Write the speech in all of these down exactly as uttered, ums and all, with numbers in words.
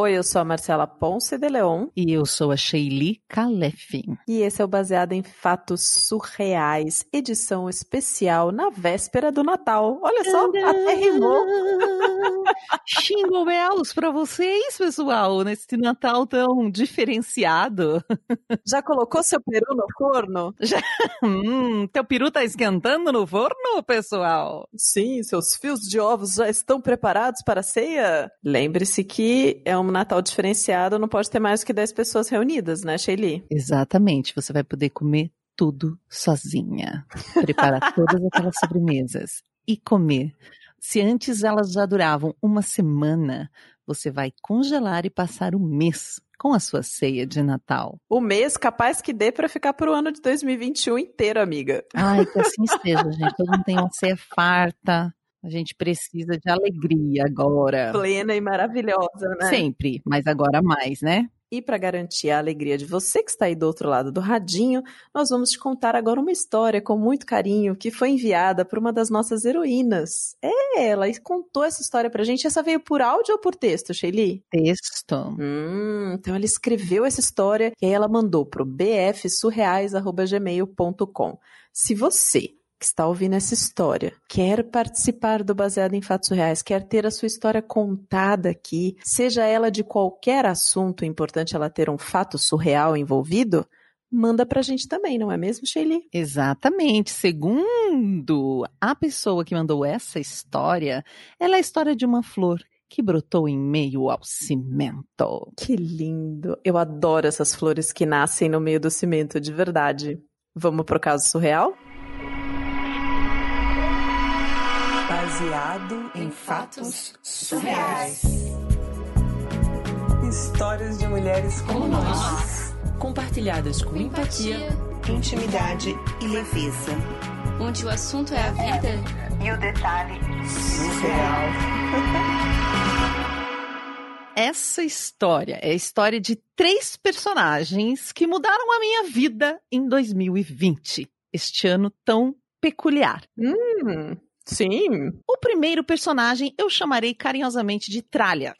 Oi, eu sou a Marcela Ponce de Leon. E eu sou a Sheili Calef. E esse é o Baseado em Fatos Surreais, edição especial na véspera do Natal. Olha só, até rimou. Jingle bells pra vocês, pessoal, nesse Natal tão diferenciado. Já colocou seu peru no forno? Já... Hum, teu peru tá esquentando no forno, pessoal? Sim, seus fios de ovos já estão preparados para a ceia? Lembre-se que é um Natal diferenciado, não pode ter mais do que dez pessoas reunidas, né, Sheili? Exatamente, você vai poder comer tudo sozinha. Preparar todas aquelas sobremesas e comer. Se antes elas já duravam uma semana, você vai congelar e passar o mês com a sua ceia de Natal. O mês capaz que dê para ficar pro ano de dois mil e vinte e um inteiro, amiga. Ai, que assim esteja, gente. Todo mundo tem uma ceia farta. A gente precisa de alegria agora. Plena e maravilhosa, né? Sempre, mas agora mais, né? E para garantir a alegria de você que está aí do outro lado do radinho, nós vamos te contar agora uma história com muito carinho que foi enviada por uma das nossas heroínas. É, ela contou essa história pra gente. Essa veio por áudio ou por texto, Sheili? Texto. Hum, então ela escreveu essa história e aí ela mandou pro b f surreais arroba gmail ponto com. Se você que está ouvindo essa história, quer participar do Baseado em Fatos Reais, quer ter a sua história contada aqui, seja ela de qualquer assunto, é importante ela ter um fato surreal envolvido, manda pra gente também, não é mesmo, Sheili? Exatamente. Segundo a pessoa que mandou essa história, ela é a história de uma flor que brotou em meio ao cimento. Que lindo! Eu adoro essas flores que nascem no meio do cimento, de verdade. Vamos pro caso surreal? Baseado em fatos surreais. Histórias de mulheres como nós, compartilhadas com empatia, intimidade e leveza. Onde o assunto é a vida e o detalhe surreal. Essa história é a história de três personagens que mudaram a minha vida em dois mil e vinte, este ano tão peculiar. Hum... Sim. O primeiro personagem eu chamarei carinhosamente de Tralha.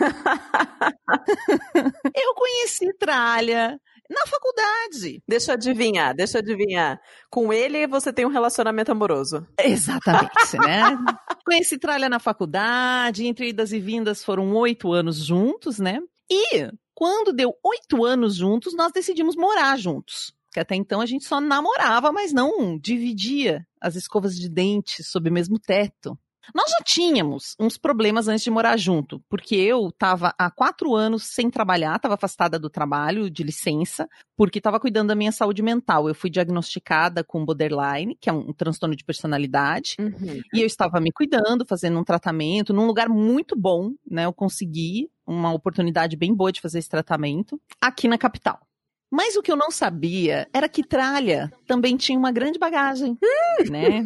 Eu conheci Tralha na faculdade. Deixa eu adivinhar, deixa eu adivinhar. Com ele você tem um relacionamento amoroso. Exatamente, né? Conheci Tralha na faculdade, entre idas e vindas foram oito anos juntos, né? E quando deu oito anos juntos, nós decidimos morar juntos. Que até então a gente só namorava, mas não dividia as escovas de dente sob o mesmo teto. Nós já tínhamos uns problemas antes de morar junto, porque eu estava há quatro anos sem trabalhar, estava afastada do trabalho, de licença, porque estava cuidando da minha saúde mental. Eu fui diagnosticada com borderline, que é um, um transtorno de personalidade, uhum. E eu estava me cuidando, fazendo um tratamento, num lugar muito bom, né? Eu consegui uma oportunidade bem boa de fazer esse tratamento, aqui na capital. Mas o que eu não sabia era que Tralha também tinha uma grande bagagem, né?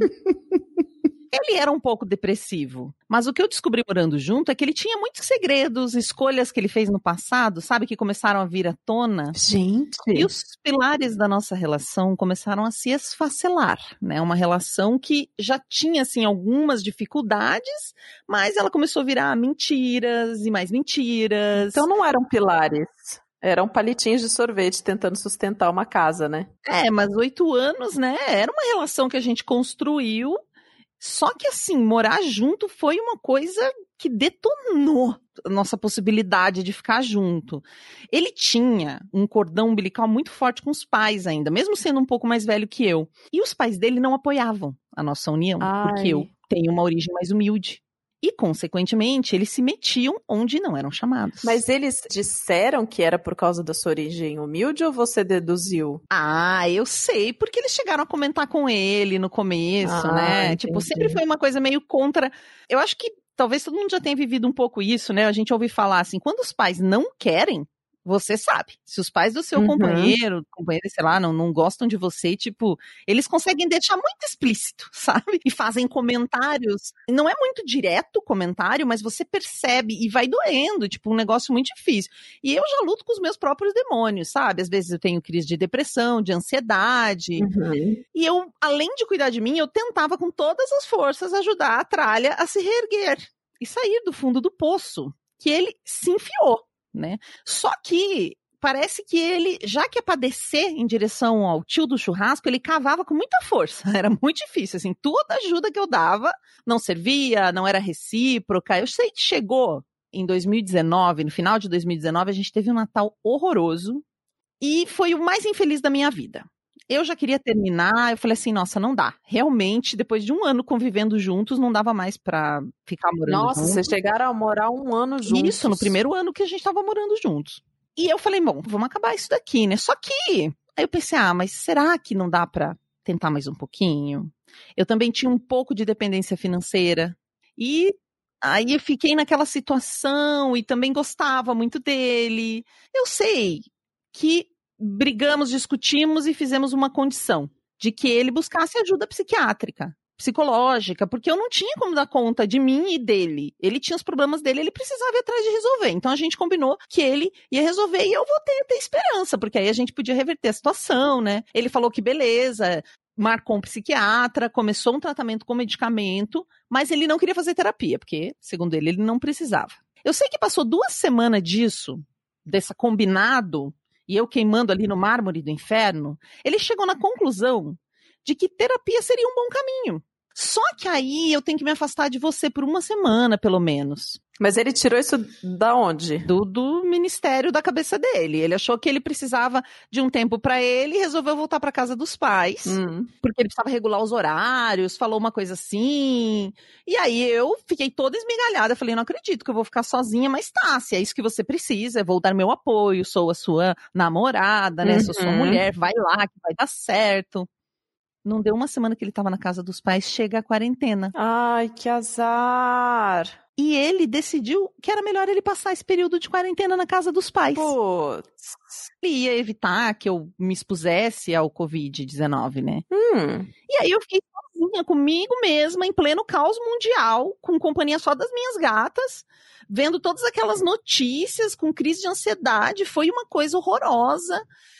Ele era um pouco depressivo, mas o que eu descobri morando junto é que ele tinha muitos segredos, escolhas que ele fez no passado, sabe, que começaram a vir à tona. Gente! E os pilares da nossa relação começaram a se esfacelar, né? Uma relação que já tinha, assim, algumas dificuldades, mas ela começou a virar mentiras e mais mentiras. Então não eram pilares. Eram palitinhos de sorvete tentando sustentar uma casa, né? É, mas oito anos, né? Era uma relação que a gente construiu. Só que, assim, morar junto foi uma coisa que detonou a nossa possibilidade de ficar junto. Ele tinha um cordão umbilical muito forte com os pais ainda, mesmo sendo um pouco mais velho que eu. E os pais dele não apoiavam a nossa união, Ai. porque eu tenho uma origem mais humilde. E, consequentemente, eles se metiam onde não eram chamados. Mas eles disseram que era por causa da sua origem humilde ou você deduziu? Ah, eu sei, porque eles chegaram a comentar com ele no começo, ah, né? Entendi. Tipo, sempre foi uma coisa meio contra... Eu acho que talvez todo mundo já tenha vivido um pouco isso, né? A gente ouve falar assim, quando os pais não querem, você sabe. Se os pais do seu uhum. companheiro, companheira, sei lá, não, não gostam de você, tipo, eles conseguem deixar muito explícito, sabe? E fazem comentários. Não é muito direto o comentário, mas você percebe e vai doendo, tipo, um negócio muito difícil. E eu já luto com os meus próprios demônios, sabe? Às vezes eu tenho crise de depressão, de ansiedade. Uhum. E eu, além de cuidar de mim, eu tentava com todas as forças ajudar a Tralha a se reerguer e sair do fundo do poço que ele se enfiou. né? Só que parece que ele, já que é pra descer em direção ao tio do churrasco, ele cavava com muita força. Era muito difícil, assim, toda ajuda que eu dava não servia, não era recíproca. Eu sei que chegou em dois mil e dezenove, no final de dois mil e dezenove, a gente teve um Natal horroroso e foi o mais infeliz da minha vida. Eu já queria terminar, eu falei assim, nossa, não dá. Realmente, depois de um ano convivendo juntos, não dava mais pra ficar morando Nossa, juntos. vocês chegaram a morar um ano juntos. Isso, no primeiro ano que a gente tava morando juntos. E eu falei, bom, vamos acabar isso daqui, né? Só que, aí eu pensei, ah, mas será que não dá pra tentar mais um pouquinho? Eu também tinha um pouco de dependência financeira. E aí eu fiquei naquela situação e também gostava muito dele. Eu sei que brigamos, discutimos e fizemos uma condição de que ele buscasse ajuda psiquiátrica, psicológica, porque eu não tinha como dar conta de mim e dele. Ele tinha os problemas dele, ele precisava ir atrás de resolver. Então a gente combinou que ele ia resolver e eu voltei a ter esperança, porque aí a gente podia reverter a situação, né? Ele falou que beleza, marcou um psiquiatra, começou um tratamento com medicamento, mas ele não queria fazer terapia, porque, segundo ele, ele não precisava. Eu sei que passou duas semanas disso, desse combinado, e eu queimando ali no mármore do inferno, ele chegou na conclusão de que terapia seria um bom caminho. Só que aí eu tenho que me afastar de você por uma semana, pelo menos. Mas ele tirou isso da onde? Do, do ministério da cabeça dele. Ele achou que ele precisava de um tempo pra ele e resolveu voltar pra casa dos pais. Hum. Porque ele precisava regular os horários, falou uma coisa assim. E aí eu fiquei toda esmigalhada. Falei, não acredito que eu vou ficar sozinha, mas tá, se é isso que você precisa, eu vou dar meu apoio, sou a sua namorada, né? Uhum. Sou sua mulher, vai lá que vai dar certo. Não deu uma semana que ele tava na casa dos pais, chega a quarentena. Ai, que azar. E ele decidiu que era melhor ele passar esse período de quarentena na casa dos pais. Putz. Ele ia evitar que eu me expusesse ao covid dezenove, né? Hum. E aí eu fiquei sozinha comigo mesma, em pleno caos mundial, com companhia só das minhas gatas, vendo todas aquelas notícias, com crise de ansiedade. Foi uma coisa horrorosa.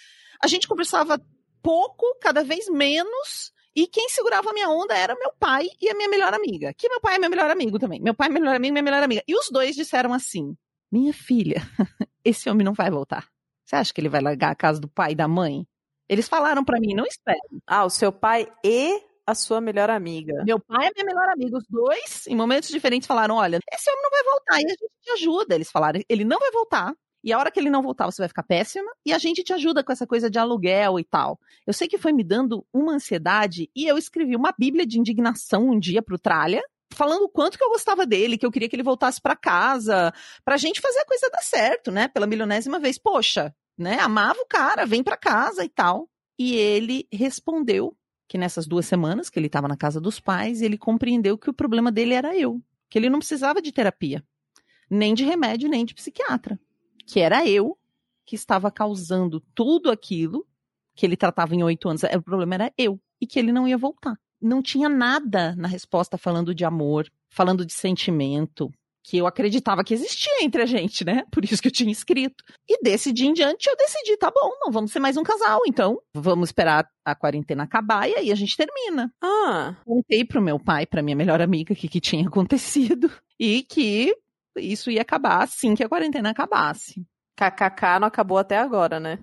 A gente conversava pouco, cada vez menos, e quem segurava a minha onda era meu pai e a minha melhor amiga, que meu pai é meu melhor amigo também, meu pai é meu melhor amigo e minha melhor amiga, e os dois disseram assim, minha filha, esse homem não vai voltar, você acha que ele vai largar a casa do pai e da mãe? Eles falaram pra mim, não espere. Ah, o seu pai e a sua melhor amiga. Meu pai é minha melhor amiga, os dois, em momentos diferentes, falaram, olha, esse homem não vai voltar, e a gente te ajuda. Eles falaram, ele não vai voltar, e a hora que ele não voltar, você vai ficar péssima, e a gente te ajuda com essa coisa de aluguel e tal. Eu sei que foi me dando uma ansiedade, e eu escrevi uma bíblia de indignação um dia pro Tralha, falando o quanto que eu gostava dele, que eu queria que ele voltasse pra casa, pra gente fazer a coisa dar certo, né? Pela milionésima vez. Poxa, né? Amava o cara, vem pra casa e tal. E ele respondeu que nessas duas semanas que ele tava na casa dos pais, ele compreendeu que o problema dele era eu, que ele não precisava de terapia, nem de remédio, nem de psiquiatra. Que era eu que estava causando tudo aquilo que ele tratava em oito anos. O problema era eu. E que ele não ia voltar. Não tinha nada na resposta falando de amor, falando de sentimento, que eu acreditava que existia entre a gente, né? Por isso que eu tinha escrito. E desse dia em diante eu decidi, tá bom, não vamos ser mais um casal, então vamos esperar a quarentena acabar e aí a gente termina. Ah. Contei pro meu pai, pra minha melhor amiga, o que, que tinha acontecido e que isso ia acabar assim que a quarentena acabasse. K K K não acabou até agora, né?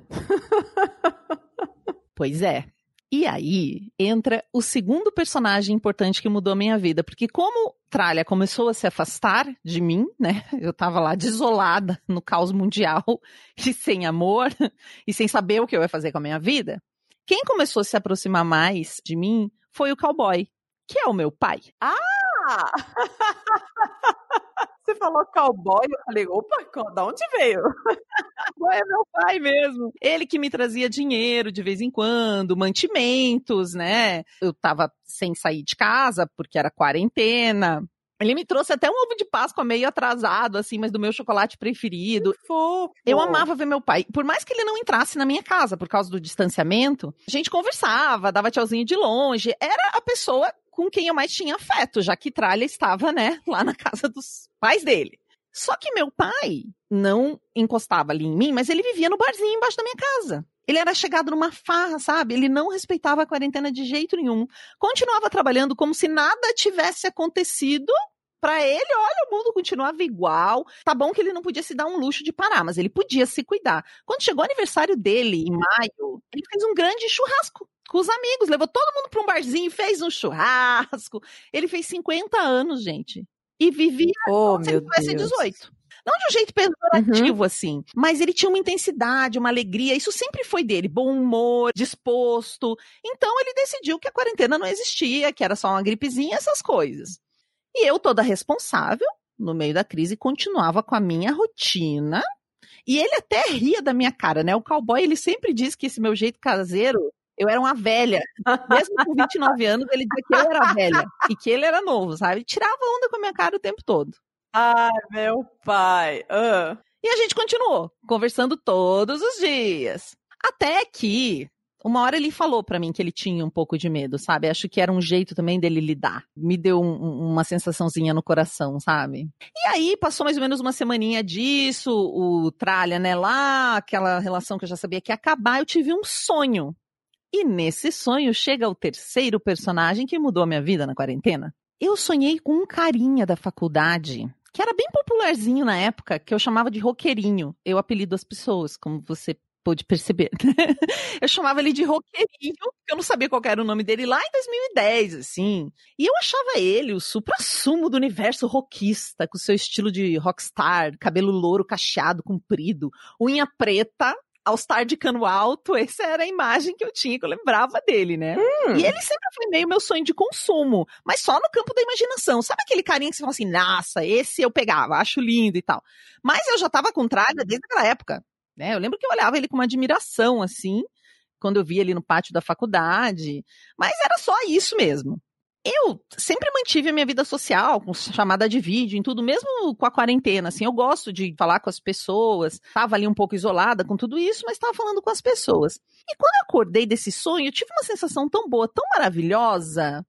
Pois é. E aí entra o segundo personagem importante que mudou a minha vida, porque como Tralha começou a se afastar de mim, né? Eu tava lá desolada no caos mundial e sem amor e sem saber o que eu ia fazer com a minha vida. Quem começou a se aproximar mais de mim foi o cowboy, que é o meu pai. Ah! Você falou cowboy, eu falei, opa, da onde veio? Cowboy é meu pai mesmo. Ele que me trazia dinheiro de vez em quando, mantimentos, né? Eu tava sem sair de casa porque era quarentena. Ele me trouxe até um ovo de Páscoa meio atrasado, assim, mas do meu chocolate preferido. Que fofo. Eu amava ver meu pai. Por mais que ele não entrasse na minha casa por causa do distanciamento, a gente conversava, dava tchauzinho de longe. Era a pessoa com quem eu mais tinha afeto, já que Tralha estava, né, lá na casa dos pais dele. Só que meu pai não encostava ali em mim, mas ele vivia no barzinho embaixo da minha casa. Ele era chegado numa farra, sabe? Ele não respeitava a quarentena de jeito nenhum. Continuava trabalhando como se nada tivesse acontecido, Pra ele, olha, o mundo continuava igual. Tá bom que ele não podia se dar um luxo de parar, mas ele podia se cuidar. Quando chegou o aniversário dele, em maio, ele fez um grande churrasco com os amigos. Levou todo mundo pra um barzinho, fez um churrasco. Ele fez cinquenta anos, gente. E vivia Oh, como se ele meu tivesse Deus. dezoito. Não de um jeito pejorativo, assim, mas ele tinha uma intensidade, uma alegria, isso sempre foi dele, bom humor, disposto. Então ele decidiu que a quarentena não existia, que era só uma gripezinha, essas coisas. E eu, toda responsável, no meio da crise, continuava com a minha rotina, e ele até ria da minha cara, né? O cowboy, ele sempre diz que esse meu jeito caseiro, eu era uma velha. Mesmo com vinte e nove anos, ele dizia que eu era velha, e que ele era novo, sabe? Ele tirava onda com a minha cara o tempo todo. Ai, meu pai. Ah. E a gente continuou, conversando todos os dias. Até que, uma hora ele falou pra mim que ele tinha um pouco de medo, sabe? Acho que era um jeito também dele lidar. Me deu um, uma sensaçãozinha no coração, sabe? E aí, passou mais ou menos uma semaninha disso, o tralha, né, lá, aquela relação que eu já sabia que ia acabar, eu tive um sonho. E nesse sonho chega o terceiro personagem que mudou a minha vida na quarentena. Eu sonhei com um carinha da faculdade, que era bem popularzinho na época, que eu chamava de roqueirinho. Eu apelido as pessoas, como você pôde perceber. Eu chamava ele de roqueirinho, porque eu não sabia qual era o nome dele lá em dois mil e dez, assim. E eu achava ele o suprassumo do universo rockista, com seu estilo de rockstar, cabelo louro, cacheado, comprido, unha preta, all-star de cano alto. Essa era a imagem que eu tinha, que eu lembrava dele, né? Hum. E ele sempre foi meio meu sonho de consumo, mas só no campo da imaginação. Sabe aquele carinha que você fala assim, nossa, esse eu pegava, acho lindo e tal. Mas eu já tava com tralha desde aquela época, né? Eu lembro que eu olhava ele com uma admiração, assim, quando eu via ele no pátio da faculdade. Mas era só isso mesmo. Eu sempre mantive a minha vida social, com chamada de vídeo, em tudo, mesmo com a quarentena, assim, eu gosto de falar com as pessoas, tava ali um pouco isolada com tudo isso, mas tava falando com as pessoas. E quando eu acordei desse sonho, eu tive uma sensação tão boa, tão maravilhosa,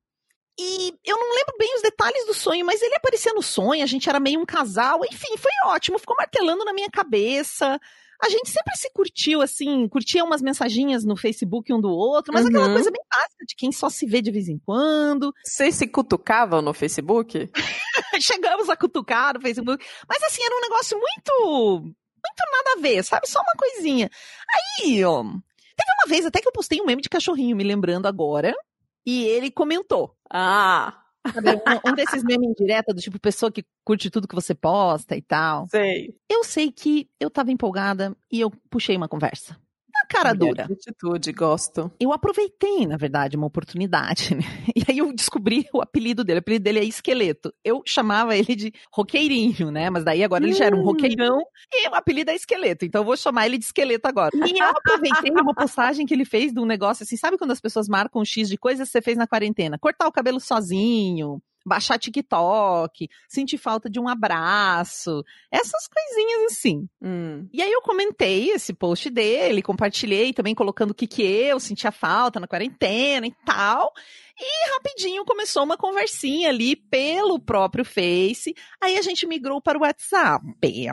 e eu não lembro bem os detalhes do sonho, mas ele aparecia no sonho, a gente era meio um casal, enfim, foi ótimo, ficou martelando na minha cabeça. A gente sempre se curtiu, assim, curtia umas mensaginhas no Facebook um do outro, mas uhum. aquela coisa bem básica de quem só se vê de vez em quando. Vocês se cutucavam no Facebook? Chegamos a cutucar no Facebook, mas assim, era um negócio muito, muito nada a ver, sabe? Só uma coisinha. Aí, ó, teve uma vez até que eu postei um meme de cachorrinho, me lembrando agora, e ele comentou. Ah... Sabe, um, um desses memes indireta, do tipo, pessoa que curte tudo que você posta e tal. Sei. Eu sei que eu tava empolgada e eu puxei uma conversa. Na cara Mulher dura. De atitude, gosto. Eu aproveitei, na verdade, uma oportunidade, né? E aí eu descobri o apelido dele. O apelido dele é Esqueleto. Eu chamava ele de roqueirinho, né? Mas daí agora hum. ele já era um roqueirão e o apelido é Esqueleto. Então eu vou chamar ele de Esqueleto agora. E eu aproveitei uma postagem que ele fez de um negócio assim, sabe quando as pessoas marcam um X de coisas que você fez na quarentena? Cortar o cabelo sozinho, baixar TikTok, sentir falta de um abraço, essas coisinhas assim. Hum. E aí eu comentei esse post dele, compartilhei também colocando o que que eu sentia falta na quarentena e tal. E rapidinho começou uma conversinha ali pelo próprio Face. Aí a gente migrou para o WhatsApp.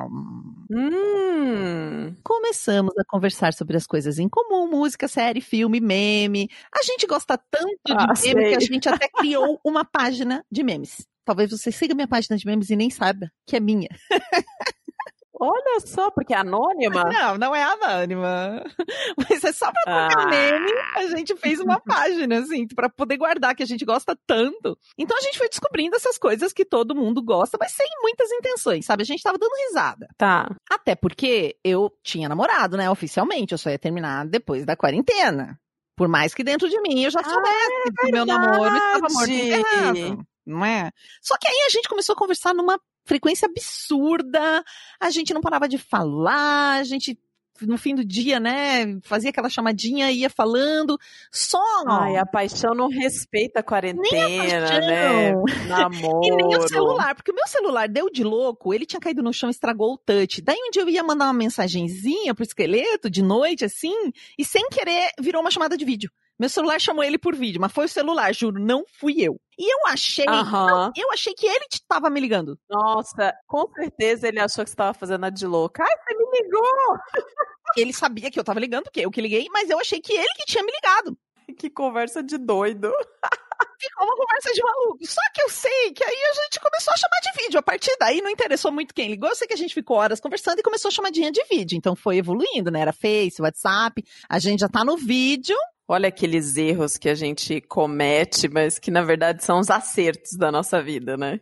Hum. Começamos a conversar sobre as coisas em comum, música, série, filme, meme. A gente gosta tanto de ah, meme sei. que a gente até criou uma página de memes. Talvez você siga minha página de memes e nem saiba que é minha. Olha só, porque é anônima? Não, não é anônima. Mas é só pra trocar ah. meme, a gente fez uma página, assim, pra poder guardar, que a gente gosta tanto. Então a gente foi descobrindo essas coisas que todo mundo gosta, mas sem muitas intenções, sabe? A gente tava dando risada. Tá. Até porque eu tinha namorado, né, oficialmente. Eu só ia terminar depois da quarentena. Por mais que dentro de mim eu já soubesse ah, é que o meu namoro estava morto e enterrado, não é? Só que aí a gente começou a conversar numa frequência absurda, a gente não parava de falar, a gente, no fim do dia, né, fazia aquela chamadinha, ia falando, só... Ai, a paixão não respeita a quarentena, nem a paixão. Né? Namoro. E nem o celular, porque o meu celular deu de louco, ele tinha caído no chão, estragou o touch. Daí um dia eu ia mandar uma mensagenzinha pro Esqueleto, de noite, assim, e sem querer virou uma chamada de vídeo. Meu celular chamou ele por vídeo, mas foi o celular, juro, não fui eu. E eu achei, uhum. não, eu achei que ele tava me ligando. Nossa, com certeza ele achou que você tava fazendo a de louca. Ai, você me ligou! Ele sabia que eu tava ligando, porque eu que liguei, mas eu achei que ele que tinha me ligado. Que conversa de doido. Ficou uma conversa de maluco. Só que eu sei que aí a gente começou a chamar de vídeo. A partir daí não interessou muito quem ligou. Eu sei que a gente ficou horas conversando e começou a chamadinha de vídeo. Então foi evoluindo, né? Era Face, WhatsApp. A gente já tá no vídeo. Olha aqueles erros que a gente comete, mas que na verdade são os acertos da nossa vida, né?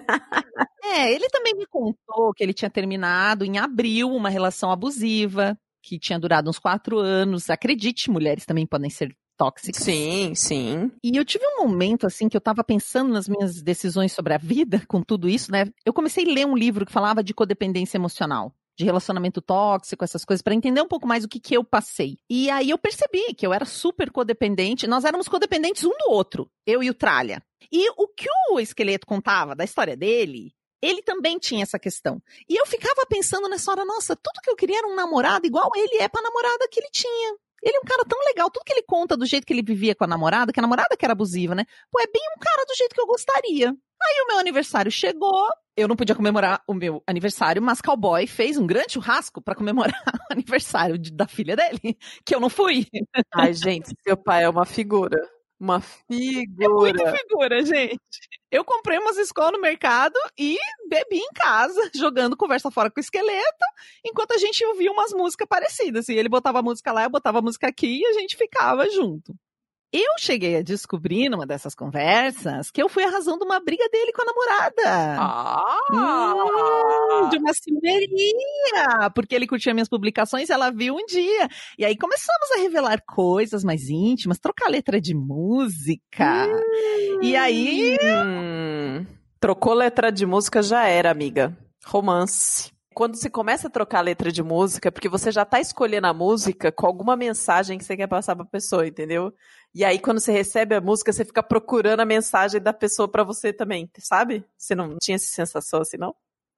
É, ele também me contou que ele tinha terminado em abril uma relação abusiva, que tinha durado uns quatro anos. Acredite, mulheres também podem ser tóxicas. Sim, sim. E eu tive um momento, assim, que eu tava pensando nas minhas decisões sobre a vida, com tudo isso, né? Eu comecei a ler um livro que falava de codependência emocional, de relacionamento tóxico, essas coisas, pra entender um pouco mais o que que eu passei. E aí eu percebi que eu era super codependente, nós éramos codependentes um do outro, eu e o Tralha. E o que o Esqueleto contava da história dele, ele também tinha essa questão. E eu ficava pensando nessa hora, nossa, tudo que eu queria era um namorado igual ele é pra namorada que ele tinha. Ele é um cara tão legal, tudo que ele conta do jeito que ele vivia com a namorada, que a namorada que era abusiva, né? Pô, é bem um cara do jeito que eu gostaria. Aí o meu aniversário chegou, eu não podia comemorar o meu aniversário, mas Cowboy fez um grande churrasco pra comemorar o aniversário de, da filha dele, que eu não fui. Ai, gente, seu pai é uma figura. Uma figura. É muita figura, gente. Eu comprei umas escolas no mercado e bebi em casa, jogando conversa fora com o Esqueleto, enquanto a gente ouvia umas músicas parecidas. E ele botava a música lá, eu botava a música aqui e a gente ficava junto. Eu cheguei a descobrir numa dessas conversas que eu fui a razão de uma briga dele com a namorada. Ah! Hum, de uma ciumeria, porque ele curtia minhas publicações e ela viu um dia. E aí começamos a revelar coisas mais íntimas, trocar letra de música. Hum, e aí... Hum, trocou letra de música, já era, amiga. Romance. Quando você começa a trocar letra de música, porque você já tá escolhendo a música com alguma mensagem que você quer passar pra pessoa, entendeu? E aí, quando você recebe a música, você fica procurando a mensagem da pessoa pra você também, sabe? Você não tinha essa sensação assim, não?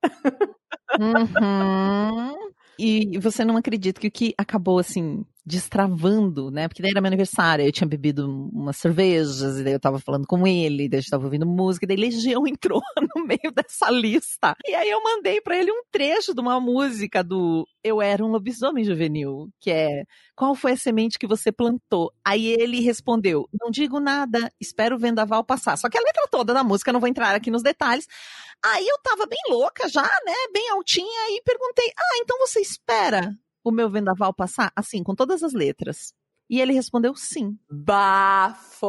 Uhum. E você não acredita que o que acabou, assim, destravando, né? Porque daí era meu aniversário, eu tinha bebido umas cervejas, e daí eu tava falando com ele, daí a gente tava ouvindo música, e daí Legião entrou no meio dessa lista. E aí eu mandei pra ele um trecho de uma música do Eu Era um Lobisomem Juvenil, que é Qual foi a semente que você plantou? Aí ele respondeu, não digo nada, espero o vendaval passar. Só que a letra toda da música, não vou entrar aqui nos detalhes. Aí eu tava bem louca já, né, bem altinha, e perguntei, ah, então você espera o meu vendaval passar? Assim, com todas as letras. E ele respondeu sim. Bafo!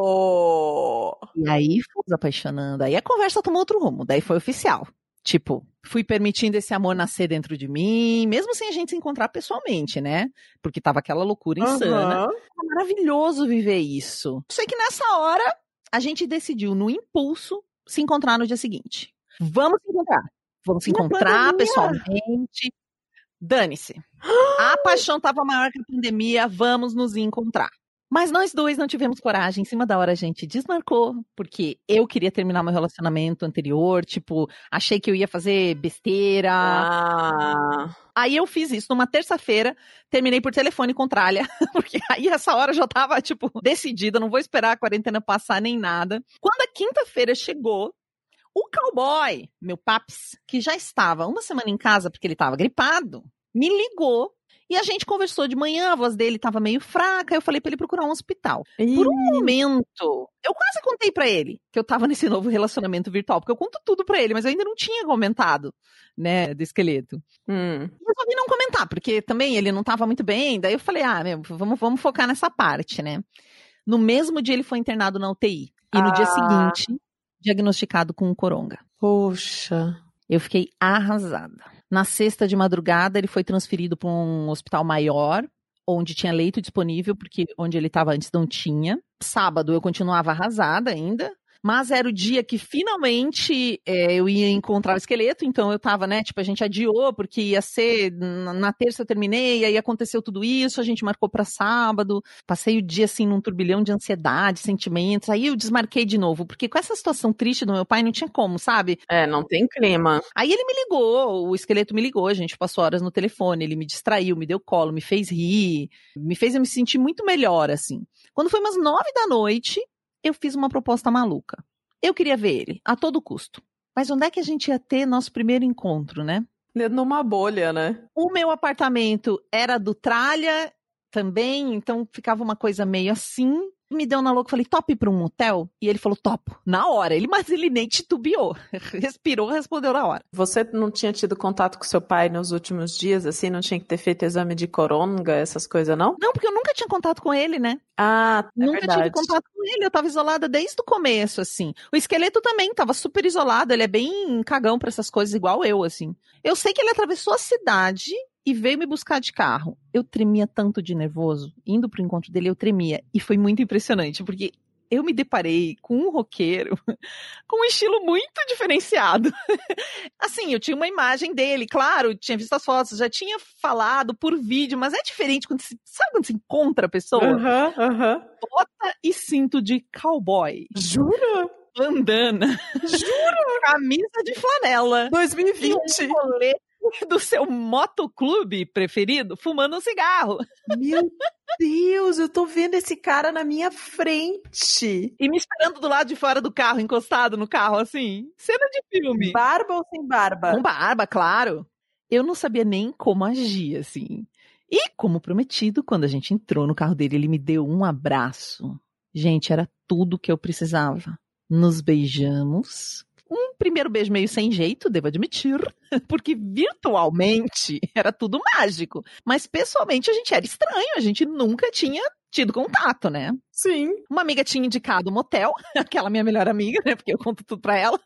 E aí fomos apaixonando. Aí a conversa tomou outro rumo, daí foi oficial. Tipo, fui permitindo esse amor nascer dentro de mim, mesmo sem a gente se encontrar pessoalmente, né? Porque tava aquela loucura insana. Uhum. Foi maravilhoso viver isso. Sei que nessa hora, a gente decidiu, no impulso, se encontrar no dia seguinte. Vamos se encontrar. Vamos se encontrar pessoalmente. Dane-se. A paixão estava maior que a pandemia, vamos nos encontrar. Mas nós dois não tivemos coragem. Em cima da hora a gente desmarcou, porque eu queria terminar meu relacionamento anterior, tipo, achei que eu ia fazer besteira. Ah. Aí eu fiz isso numa terça-feira, terminei por telefone com Tralha, porque aí essa hora eu já tava, tipo, decidida, não vou esperar a quarentena passar nem nada. Quando a quinta-feira chegou, o Cowboy, meu paps, que já estava uma semana em casa porque ele estava gripado, me ligou e a gente conversou de manhã, a voz dele estava meio fraca, eu falei para ele procurar um hospital. Ih. Por um momento, eu quase contei para ele que eu estava nesse novo relacionamento virtual, porque eu conto tudo para ele, mas eu ainda não tinha comentado, né, do Esqueleto. Hum. E resolvi não comentar, porque também ele não estava muito bem, daí eu falei, ah, meu, vamos, vamos focar nessa parte, né. No mesmo dia ele foi internado na U T I, e no ah. dia seguinte... diagnosticado com um coronga. Poxa. Eu fiquei arrasada. Na sexta de madrugada, ele foi transferido para um hospital maior, onde tinha leito disponível, porque onde ele estava antes não tinha. Sábado eu continuava arrasada ainda, mas era o dia que finalmente é, eu ia encontrar o Esqueleto, então eu tava, né, tipo, a gente adiou, porque ia ser, na, na terça eu terminei, aí aconteceu tudo isso, a gente marcou pra sábado, passei o dia, assim, num turbilhão de ansiedade, sentimentos, aí eu desmarquei de novo, porque com essa situação triste do meu pai, não tinha como, sabe? É, não tem clima. Aí ele me ligou, o Esqueleto me ligou, a gente passou horas no telefone, ele me distraiu, me deu colo, me fez rir, me fez eu me sentir muito melhor, assim. Quando foi umas nove da noite, eu fiz uma proposta maluca. Eu queria ver ele, a todo custo. Mas onde é que a gente ia ter nosso primeiro encontro, né? Numa bolha, né? O meu apartamento era do Tralha também, então ficava uma coisa meio assim. Me deu na louca, falei, top pra um motel? E ele falou, topo. Na hora. Ele, mas ele nem titubeou. Respirou, respondeu na hora. Você não tinha tido contato com seu pai nos últimos dias, assim? Não tinha que ter feito exame de coronga, essas coisas, não? Não, porque eu nunca tinha contato com ele, né? Ah, é Nunca verdade. tive contato com ele, eu tava isolada desde o começo, assim. O esqueleto também tava super isolado, ele é bem cagão pra essas coisas, igual eu, assim. Eu sei que ele atravessou a cidade e veio me buscar de carro. Eu tremia tanto de nervoso. Indo pro encontro dele, eu tremia. E foi muito impressionante, porque eu me deparei com um roqueiro com um estilo muito diferenciado. Assim, eu tinha uma imagem dele, claro, tinha visto as fotos, já tinha falado por vídeo, mas é diferente quando se, sabe quando se encontra a pessoa? Aham, uhum, aham. Uhum. Bota e cinto de cowboy. Jura? Bandana. Jura? Camisa de flanela. dois mil e vinte. E um colete do seu motoclube preferido, fumando um cigarro. Meu Deus, eu tô vendo esse cara na minha frente. E me esperando do lado de fora do carro, encostado no carro, assim. Cena de filme. Barba ou sem barba? Com barba, claro. Eu não sabia nem como agir, assim. E, como prometido, quando a gente entrou no carro dele, ele me deu um abraço. Gente, era tudo que eu precisava. Nos beijamos. Um primeiro beijo meio sem jeito, devo admitir, porque virtualmente era tudo mágico. Mas pessoalmente a gente era estranho, a gente nunca tinha tido contato, né? Sim. Uma amiga tinha indicado um motel, aquela minha melhor amiga, né? Porque eu conto tudo pra ela.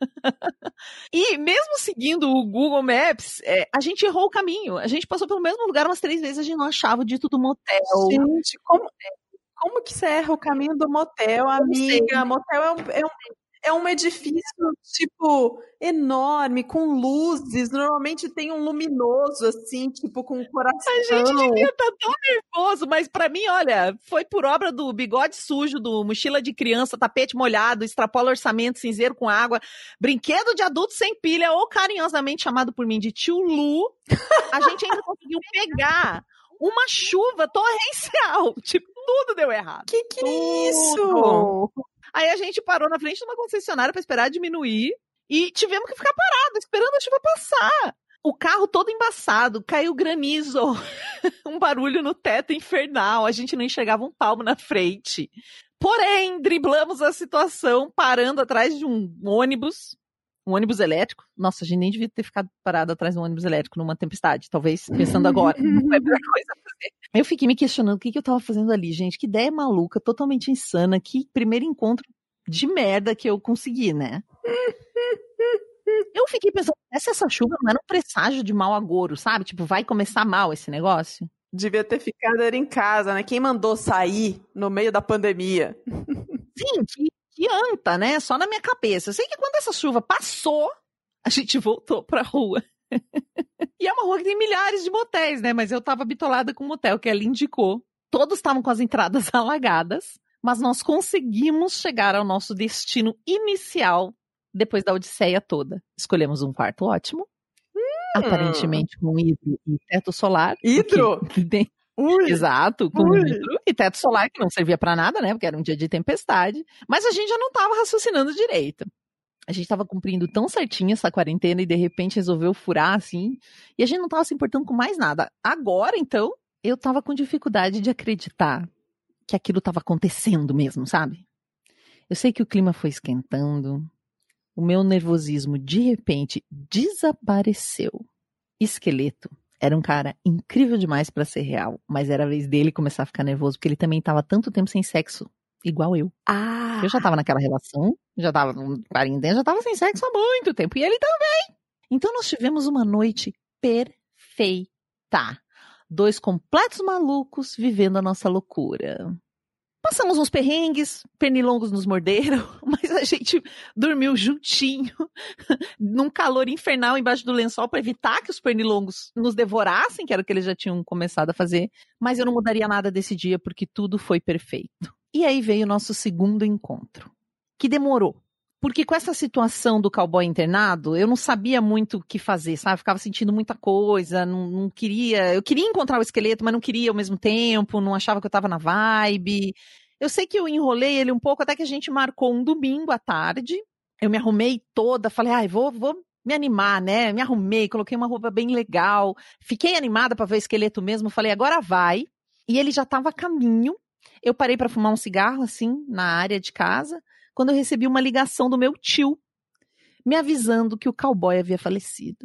E mesmo seguindo o Google Maps, é, a gente errou o caminho. A gente passou pelo mesmo lugar umas três vezes, a gente não achava o dito do motel. Gente, como, como que você erra o caminho do motel, amiga? Motel é um... É um... É um edifício, tipo, enorme, com luzes. Normalmente tem um luminoso, assim, tipo, com um coração. A gente devia estar tão nervoso, mas pra mim, olha, foi por obra do bigode sujo, do mochila de criança, tapete molhado, extrapola orçamento, cinzeiro com água, brinquedo de adulto sem pilha, ou carinhosamente chamado por mim de tio Lu. A gente ainda conseguiu pegar uma chuva torrencial. Tipo, tudo deu errado. Que que é isso? Tudo. Aí a gente parou na frente de uma concessionária para esperar diminuir e tivemos que ficar parado, esperando a chuva passar. O carro todo embaçado, caiu granizo, um barulho no teto infernal, a gente não enxergava um palmo na frente. Porém, driblamos a situação parando atrás de um ônibus, um ônibus elétrico. Nossa, a gente nem devia ter ficado parado atrás de um ônibus elétrico numa tempestade, talvez, pensando agora. Não foi a melhor coisa a fazer. Eu fiquei me questionando o que, que eu tava fazendo ali, gente. Que ideia maluca, totalmente insana. Que primeiro encontro de merda que eu consegui, né? Eu fiquei pensando, essa, essa chuva não era um presságio de mau agouro, sabe? Tipo, vai começar mal esse negócio? Devia ter ficado era em casa, né? Quem mandou sair no meio da pandemia? Sim, que, que anta, né? Só na minha cabeça. Eu sei que quando essa chuva passou, a gente voltou pra rua. E é uma rua que tem milhares de motéis, né? Mas eu tava bitolada com o motel que ela indicou. Todos estavam com as entradas alagadas, mas nós conseguimos chegar ao nosso destino inicial depois da odisseia toda. Escolhemos um quarto ótimo, hum. aparentemente com hidro e teto solar. Hidro? Porque... Exato, com Ui. hidro e teto solar, que não servia pra nada, né? Porque era um dia de tempestade. Mas a gente já não tava raciocinando direito. A gente tava cumprindo tão certinho essa quarentena e de repente resolveu furar, assim. E a gente não tava se importando com mais nada. Agora, então, eu tava com dificuldade de acreditar que aquilo tava acontecendo mesmo, sabe? Eu sei que o clima foi esquentando. O meu nervosismo, de repente, desapareceu. Esqueleto era um cara incrível demais pra ser real. Mas era a vez dele começar a ficar nervoso, porque ele também tava tanto tempo sem sexo. Igual eu. Ah. Eu já tava naquela relação, já tava com quarentena, já tava sem sexo há muito tempo. E ele também. Então nós tivemos uma noite perfeita. Dois completos malucos vivendo a nossa loucura. Passamos uns perrengues, pernilongos nos morderam, mas a gente dormiu juntinho, num calor infernal embaixo do lençol para evitar que os pernilongos nos devorassem, que era o que eles já tinham começado a fazer. Mas eu não mudaria nada desse dia porque tudo foi perfeito. E aí veio o nosso segundo encontro, que demorou. Porque com essa situação do cowboy internado, eu não sabia muito o que fazer, sabe? Ficava sentindo muita coisa, não, não queria... Eu queria encontrar o esqueleto, mas não queria ao mesmo tempo, não achava que eu tava na vibe. Eu sei que eu enrolei ele um pouco, até que a gente marcou um domingo à tarde. Eu me arrumei toda, falei, ai, vou, vou me animar, né? Me arrumei, coloquei uma roupa bem legal. Fiquei animada pra ver o esqueleto mesmo, falei, agora vai. E ele já tava a caminho. Eu parei para fumar um cigarro, assim, na área de casa, quando eu recebi uma ligação do meu tio, me avisando que o cowboy havia falecido.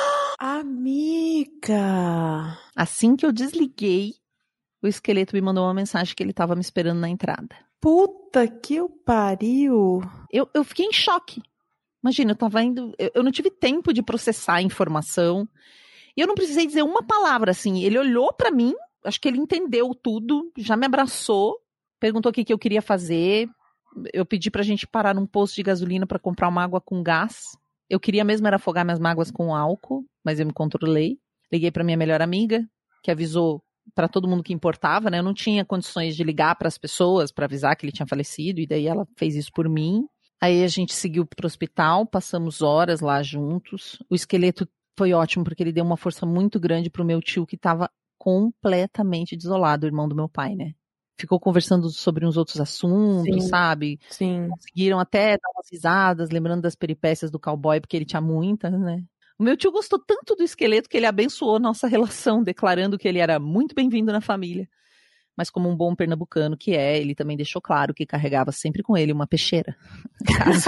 Amiga! Assim que eu desliguei, o esqueleto me mandou uma mensagem que ele estava me esperando na entrada. Puta que o pariu! Eu, eu fiquei em choque. Imagina, eu tava indo... Eu, eu não tive tempo de processar a informação. E eu não precisei dizer uma palavra, assim. Ele olhou pra mim, acho que ele entendeu tudo, já me abraçou, perguntou o que, que eu queria fazer. Eu pedi pra gente parar num posto de gasolina pra comprar uma água com gás. Eu queria mesmo era afogar minhas mágoas com álcool, mas eu me controlei. Liguei pra minha melhor amiga, que avisou pra todo mundo que importava, né? Eu não tinha condições de ligar pras pessoas pra avisar que ele tinha falecido, e daí ela fez isso por mim. Aí a gente seguiu pro hospital, passamos horas lá juntos. O esqueleto foi ótimo, porque ele deu uma força muito grande pro meu tio, que tava completamente desolado, o irmão do meu pai, né? Ficou conversando sobre uns outros assuntos, Sim, sabe? Sim. Conseguiram até dar umas risadas, lembrando das peripécias do cowboy, porque ele tinha muitas, né? O meu tio gostou tanto do esqueleto que ele abençoou nossa relação, declarando que ele era muito bem-vindo na família. Mas como um bom pernambucano que é, ele também deixou claro que carregava sempre com ele uma peixeira. Caso...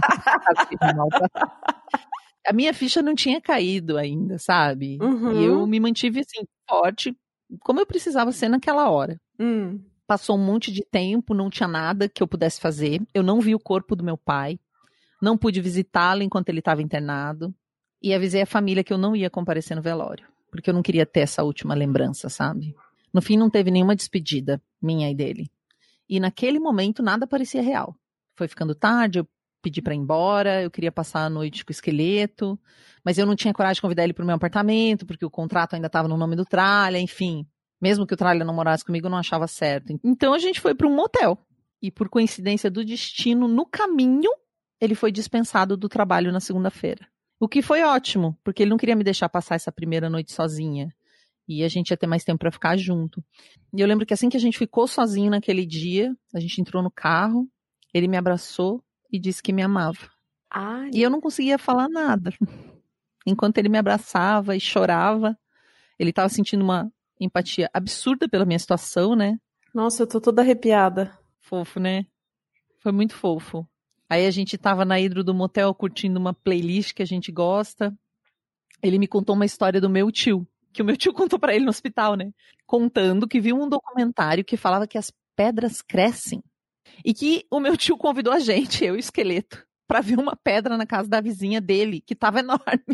A minha ficha não tinha caído ainda, sabe? Uhum. E eu me mantive, assim, forte, como eu precisava ser naquela hora. Hum. Passou um monte de tempo, não tinha nada que eu pudesse fazer. Eu não vi o corpo do meu pai. Não pude visitá-lo enquanto ele estava internado. E avisei a família que eu não ia comparecer no velório. Porque eu não queria ter essa última lembrança, sabe? No fim, não teve nenhuma despedida, minha e dele. E naquele momento, nada parecia real. Foi ficando tarde, eu pedi pra ir embora, eu queria passar a noite com o esqueleto. Mas eu não tinha coragem de convidar ele pro meu apartamento, porque o contrato ainda estava no nome do Tralha, enfim... Mesmo que o Tralha não morasse comigo, eu não achava certo. Então a gente foi para um motel. E por coincidência do destino, no caminho, ele foi dispensado do trabalho na segunda-feira. O que foi ótimo, porque ele não queria me deixar passar essa primeira noite sozinha. E a gente ia ter mais tempo para ficar junto. E eu lembro que assim que a gente ficou sozinho naquele dia, a gente entrou no carro, ele me abraçou e disse que me amava. Ai. E eu não conseguia falar nada. Enquanto ele me abraçava e chorava, ele estava sentindo uma empatia absurda pela minha situação, né? Nossa, eu tô toda arrepiada. Fofo, né? Foi muito fofo. Aí a gente tava na hidro do motel curtindo uma playlist que a gente gosta. Ele me contou uma história do meu tio, que o meu tio contou pra ele no hospital, né? Contando que viu um documentário que falava que as pedras crescem. E que o meu tio convidou a gente, eu e o esqueleto, pra ver uma pedra na casa da vizinha dele, que tava enorme.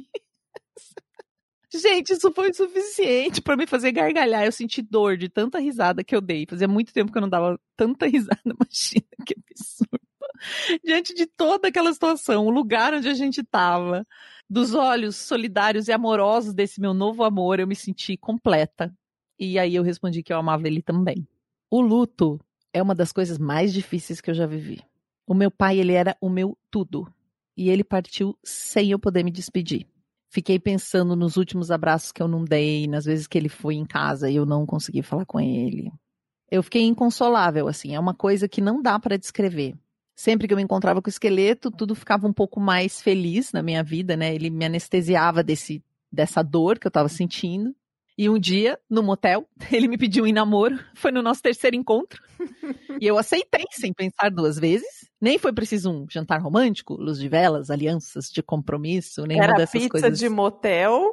Gente, isso foi suficiente pra me fazer gargalhar. Eu senti dor de tanta risada que eu dei. Fazia muito tempo que eu não dava tanta risada. Imagina, que absurdo. Diante de toda aquela situação, o lugar onde a gente tava, dos olhos solidários e amorosos desse meu novo amor, eu me senti completa. E aí eu respondi que eu amava ele também. O luto é uma das coisas mais difíceis que eu já vivi. O meu pai, ele era o meu tudo. E ele partiu sem eu poder me despedir. Fiquei pensando nos últimos abraços que eu não dei, nas vezes que ele foi em casa e eu não consegui falar com ele. Eu fiquei inconsolável, assim, é uma coisa que não dá para descrever. Sempre que eu me encontrava com o esqueleto, tudo ficava um pouco mais feliz na minha vida, né? Ele me anestesiava desse, dessa dor que eu tava sentindo. E um dia, no motel, ele me pediu em namoro. Foi no nosso terceiro encontro. E eu aceitei, sem pensar duas vezes. Nem foi preciso um jantar romântico, luz de velas, alianças de compromisso, nenhuma Era dessas pizza coisas. de motel.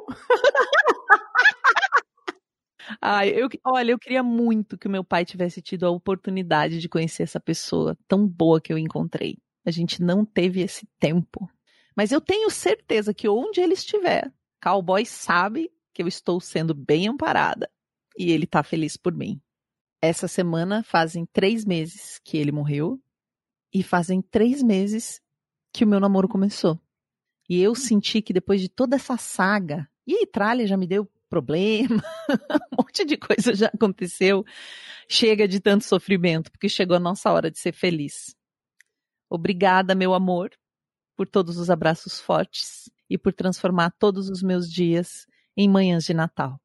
Ai, eu, olha, eu queria muito que o meu pai tivesse tido a oportunidade de conhecer essa pessoa tão boa que eu encontrei. A gente não teve esse tempo. Mas eu tenho certeza que onde ele estiver, Cowboy sabe que eu estou sendo bem amparada. E ele tá feliz por mim. Essa semana fazem três meses que ele morreu. E fazem três meses que o meu namoro começou. E eu senti que depois de toda essa saga... E a Tralha já me deu problema. Um monte de coisa já aconteceu. Chega de tanto sofrimento, porque chegou a nossa hora de ser feliz. Obrigada, meu amor, por todos os abraços fortes e por transformar todos os meus dias em manhãs de Natal.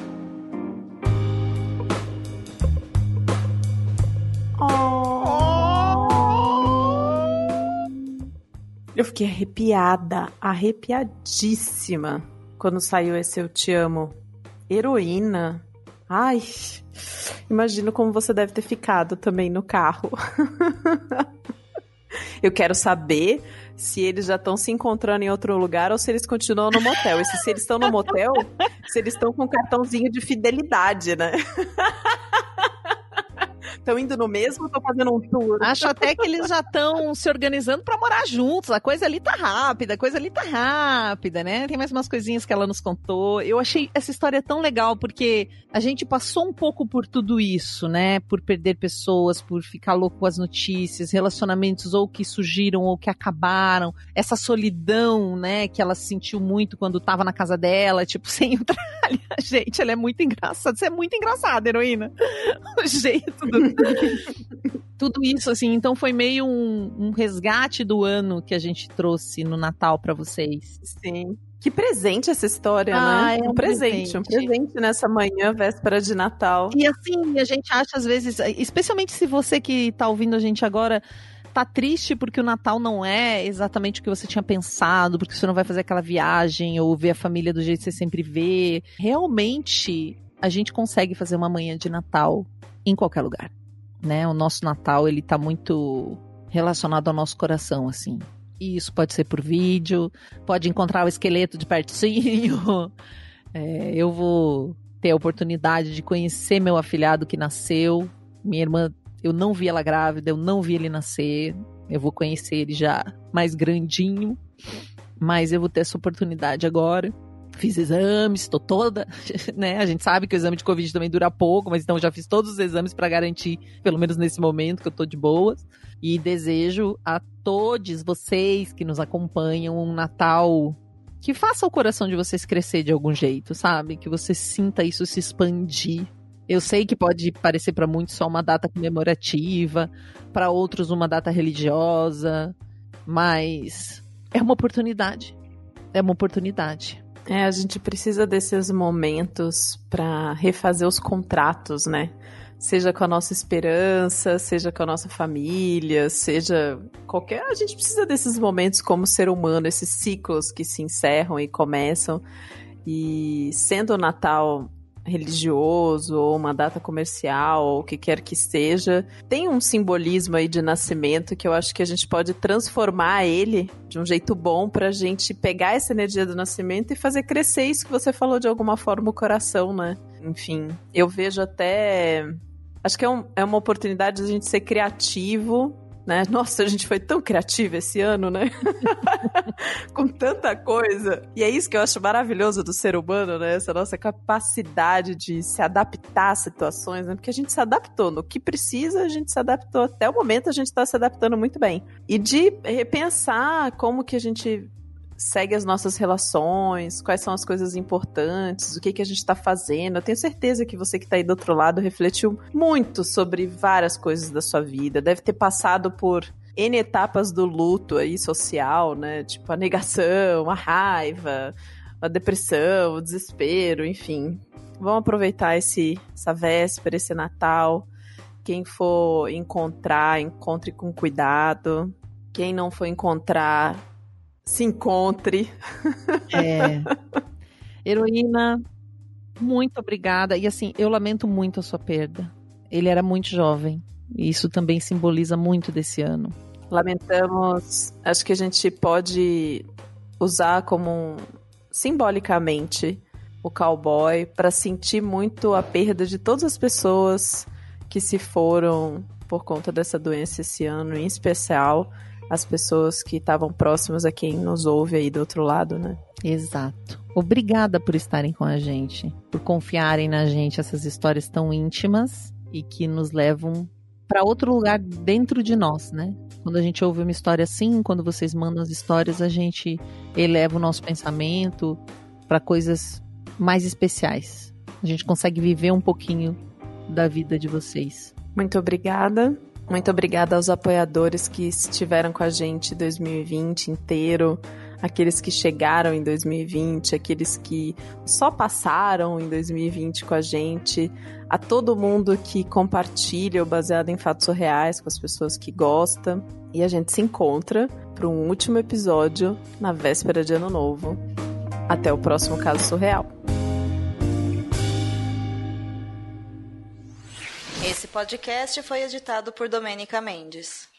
Eu fiquei arrepiada, arrepiadíssima quando saiu esse Eu Te Amo. Heroína. Ai, imagino como você deve ter ficado também no carro. Eu quero saber se eles já estão se encontrando em outro lugar ou se eles continuam no motel. E se, se eles estão no motel, se eles estão com um cartãozinho de fidelidade, né? Estão indo no mesmo ou estão fazendo um tour? Acho até que eles já estão se organizando pra morar juntos. A coisa ali tá rápida, a coisa ali tá rápida, né? Tem mais umas coisinhas que ela nos contou. Eu achei essa história tão legal, porque a gente passou um pouco por tudo isso, né? Por perder pessoas, por ficar louco com as notícias, relacionamentos ou que surgiram ou que acabaram. Essa solidão, né? Que ela sentiu muito quando tava na casa dela, tipo, sem o tralha. Gente, ela é muito engraçada. Você é muito engraçada, heroína. O jeito do... Tudo isso, assim, então foi meio um, um resgate do ano que a gente trouxe no Natal pra vocês. Sim. Que presente essa história, ah, né? É um, um presente, presente, um presente nessa manhã, véspera de Natal. E assim, a gente acha às vezes, especialmente se você que tá ouvindo a gente agora tá triste porque o Natal não é exatamente o que você tinha pensado, porque você não vai fazer aquela viagem ou ver a família do jeito que você sempre vê. Realmente, a gente consegue fazer uma manhã de Natal em qualquer lugar. Né? O nosso Natal, ele tá muito relacionado ao nosso coração, assim. E isso pode ser por vídeo, pode encontrar o esqueleto de pertinho. É, eu vou ter a oportunidade de conhecer meu afilhado que nasceu. Minha irmã, eu não vi ela grávida, eu não vi ele nascer. Eu vou conhecer ele já mais grandinho. Mas eu vou ter essa oportunidade agora. Fiz exames, estou toda, né? A gente sabe que o exame de Covid também dura pouco, mas então já fiz todos os exames para garantir, pelo menos nesse momento, que eu tô de boas. E desejo a todos vocês que nos acompanham um Natal que faça o coração de vocês crescer de algum jeito, sabe? Que você sinta isso se expandir. Eu sei que pode parecer para muitos só uma data comemorativa, para outros uma data religiosa, mas é uma oportunidade. É uma oportunidade. É, a gente precisa desses momentos para refazer os contratos, né? Seja com a nossa esperança, seja com a nossa família, seja qualquer... A gente precisa desses momentos como ser humano, esses ciclos que se encerram e começam. E sendo o Natal religioso ou uma data comercial ou o que quer que seja, tem um simbolismo aí de nascimento que eu acho que a gente pode transformar ele de um jeito bom pra gente pegar essa energia do nascimento e fazer crescer isso que você falou de alguma forma o coração, né? Enfim, eu vejo até... Acho que é, um, é uma oportunidade de a gente ser criativo, né? Nossa, a gente foi tão criativo esse ano, né? Com tanta coisa. E é isso que eu acho maravilhoso do ser humano, né? Essa nossa capacidade de se adaptar às situações, né? Porque a gente se adaptou. No que precisa, a gente se adaptou. Até o momento, a gente está se adaptando muito bem. E de repensar como que a gente segue as nossas relações, quais são as coisas importantes, o que, que a gente está fazendo. Eu tenho certeza que você que está aí do outro lado refletiu muito sobre várias coisas da sua vida. Deve ter passado por N etapas do luto aí social, né? Tipo a negação, a raiva, a depressão, o desespero, enfim. Vamos aproveitar esse, essa véspera, esse Natal. Quem for encontrar, encontre com cuidado. Quem não for encontrar, se encontre. É. Heroína, muito obrigada. E assim, eu lamento muito a sua perda. Ele era muito jovem. E isso também simboliza muito desse ano. Lamentamos. Acho que a gente pode usar como um, simbolicamente o cowboy para sentir muito a perda de todas as pessoas que se foram por conta dessa doença esse ano, em especial as pessoas que estavam próximas a quem nos ouve aí do outro lado, né? Exato. Obrigada por estarem com a gente, por confiarem na gente, essas histórias tão íntimas e que nos levam para outro lugar dentro de nós, né? Quando a gente ouve uma história assim, quando vocês mandam as histórias, a gente eleva o nosso pensamento para coisas mais especiais. A gente consegue viver um pouquinho da vida de vocês. Muito obrigada. Muito obrigada aos apoiadores que estiveram com a gente dois mil e vinte inteiro, aqueles que chegaram em dois mil e vinte, aqueles que só passaram em dois mil e vinte com a gente, a todo mundo que compartilha o Baseado em Fatos Surreais com as pessoas que gostam. E a gente se encontra para um último episódio na véspera de Ano Novo. Até o próximo Caso Surreal. podcast foi editado por Domênica Mendes.